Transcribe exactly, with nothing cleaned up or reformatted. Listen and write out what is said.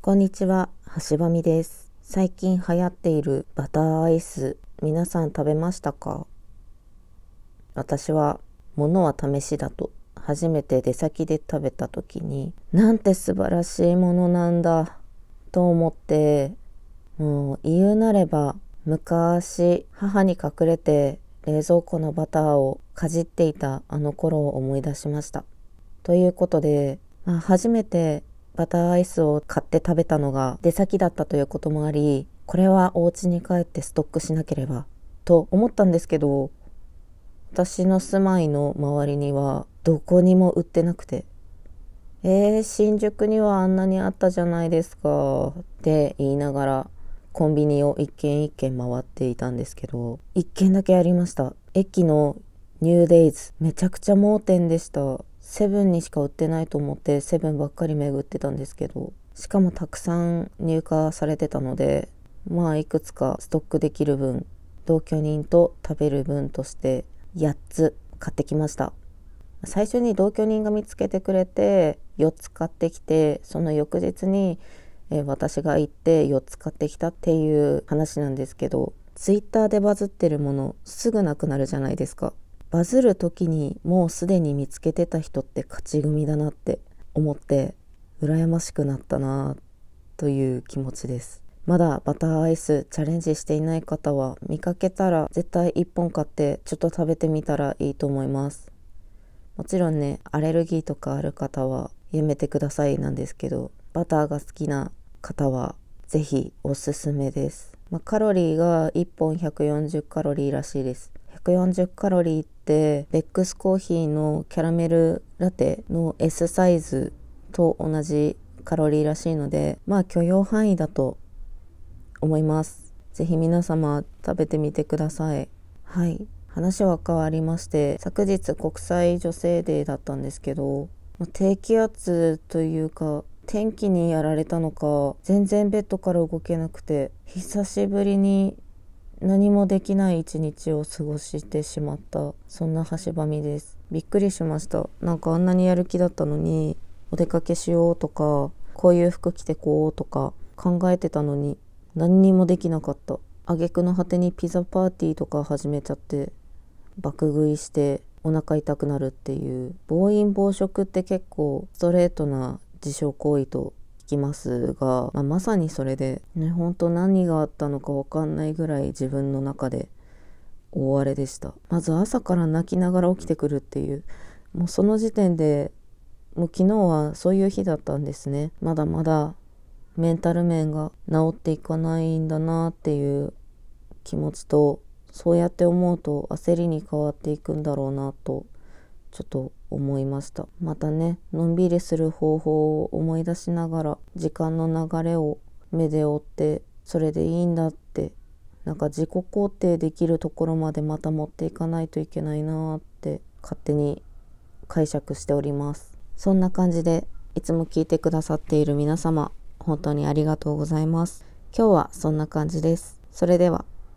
こんにちは、橋場美です。最近流行っているバターアイス、皆さん食べましたか？私は、物は試しだと初めて出先で食べた時に、なんて素晴らしいものなんだと思って、もう言うなれば昔母に隠れて冷蔵庫のバターをかじっていたあの頃を思い出しました。ということで、まあ、初めてバターアイスを買って食べたのが出先だったということもあり、これはお家に帰ってストックしなければと思ったんですけど、私の住まいの周りにはどこにも売ってなくて、えー、新宿にはあんなにあったじゃないですかって言いながらコンビニを一軒一軒回っていたんですけど、一軒だけありました。駅のニューデイズ、めちゃくちゃ盲点でした。セブンにしか売ってないと思ってセブンばっかり巡ってたんですけど、しかもたくさん入荷されてたので、まあいくつかストックできる分、同居人と食べる分としてやっつ買ってきました。最初に同居人が見つけてくれてよっつ買ってきて、その翌日にえ私が行ってよっつ買ってきたっていう話なんですけど、ツイッターでバズってるものすぐなくなるじゃないですか。バズる時にもうすでに見つけてた人って勝ち組だなって思って羨ましくなったなという気持ちです。まだバターアイスチャレンジしていない方は見かけたら絶対いっぽん買ってちょっと食べてみたらいいと思います。もちろんね、アレルギーとかある方はやめてくださいなんですけど、バターが好きな方はぜひおすすめです。まあ、カロリーがいっぽんひゃくよんじゅうカロリーらしいです。ひゃくよんじゅうカロリーってベックスコーヒーのキャラメルラテの S サイズと同じカロリーらしいので、まあ許容範囲だと思います。ぜひ皆様食べてみてください。はい、話は変わりまして、昨日国際女性デーだったんですけど、低気圧というか天気にやられたのか全然ベッドから動けなくて、久しぶりに何もできない一日を過ごしてしまった、そんな橋場美です。びっくりしました。なんかあんなにやる気だったのに、お出かけしようとかこういう服着てこうとか考えてたのに何にもできなかった。挙句の果てにピザパーティーとか始めちゃって爆食いしてお腹痛くなるっていう、暴飲暴食って結構ストレートな自傷行為と聞きますが、まあ、まさにそれでね、本当何があったのか分かんないぐらい自分の中で大荒れでした。まず朝から泣きながら起きてくるっていう、もうその時点でもう昨日はそういう日だったんですね。まだまだメンタル面が治っていかないんだなっていう気持ちと、そうやって思うと焦りに変わっていくんだろうなとちょっと思いました。またね、のんびりする方法を思い出しながら時間の流れを目で追って、それでいいんだって、なんか自己肯定できるところまでまた持っていかないといけないなって勝手に解釈しております。そんな感じでいつも聞いてくださっている皆様、本当にありがとうございます。今日はそんな感じです。それでは。